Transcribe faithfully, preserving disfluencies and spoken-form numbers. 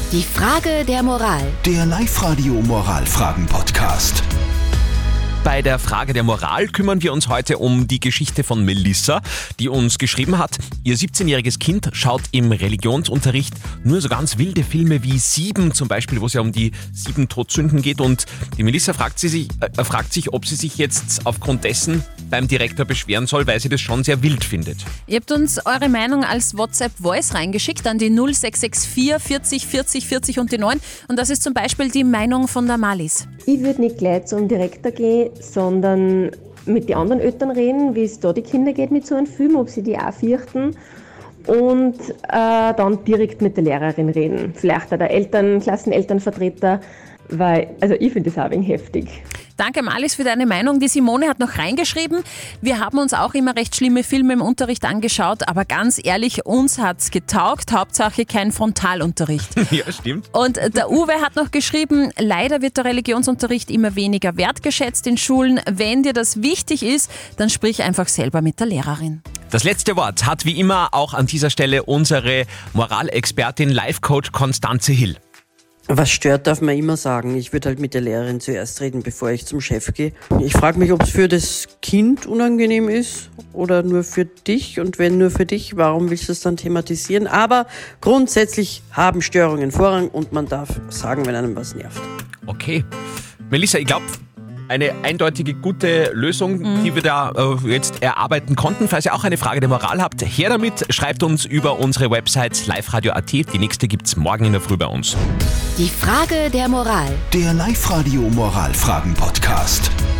Die Frage der Moral. Der Live-Radio-Moralfragen-Podcast. Bei der Frage der Moral kümmern wir uns heute um die Geschichte von Melissa, die uns geschrieben hat, ihr siebzehnjähriges Kind schaut im Religionsunterricht nur so ganz wilde Filme wie Sieben, zum Beispiel, wo es ja um die sieben Todsünden geht. Und die Melissa fragt, sie sich, äh, fragt sich, ob sie sich jetzt aufgrund dessen beim Direktor beschweren soll, weil sie das schon sehr wild findet. Ihr habt uns eure Meinung als WhatsApp-Voice reingeschickt an die null sechs sechs vier vierzig vierzig vierzig und die neun. Und das ist zum Beispiel die Meinung von der Malis. Ich würde nicht gleich zum Direktor gehen, sondern mit den anderen Eltern reden, wie es da die Kinder geht mit so einem Film, ob sie die auch fürchten. Und äh, dann direkt mit der Lehrerin reden. Vielleicht auch der Eltern, Klassenelternvertreter, weil, also ich finde das auch ein wenig heftig. Danke Malis für deine Meinung. Die Simone hat noch reingeschrieben, wir haben uns auch immer recht schlimme Filme im Unterricht angeschaut, aber ganz ehrlich, uns hat's getaugt, Hauptsache kein Frontalunterricht. Ja, stimmt. Und der Uwe hat noch geschrieben, leider wird der Religionsunterricht immer weniger wertgeschätzt in Schulen. Wenn dir das wichtig ist, dann sprich einfach selber mit der Lehrerin. Das letzte Wort hat wie immer auch an dieser Stelle unsere Moralexpertin, Life-Coach Konstanze Hill. Was stört, darf man immer sagen. Ich würde halt mit der Lehrerin zuerst reden, bevor ich zum Chef gehe. Ich frage mich, ob es für das Kind unangenehm ist oder nur für dich. Und wenn nur für dich, warum willst du es dann thematisieren? Aber grundsätzlich haben Störungen Vorrang und man darf sagen, wenn einem was nervt. Okay. Melissa, ich glaube, eine eindeutige gute Lösung, mhm. die wir da äh, jetzt erarbeiten konnten. Falls ihr auch eine Frage der Moral habt, her damit, schreibt uns über unsere Website liveradio punkt at. Die nächste gibt's morgen in der Früh bei uns. Die Frage der Moral. Der Live-Radio-Moralfragen-Podcast.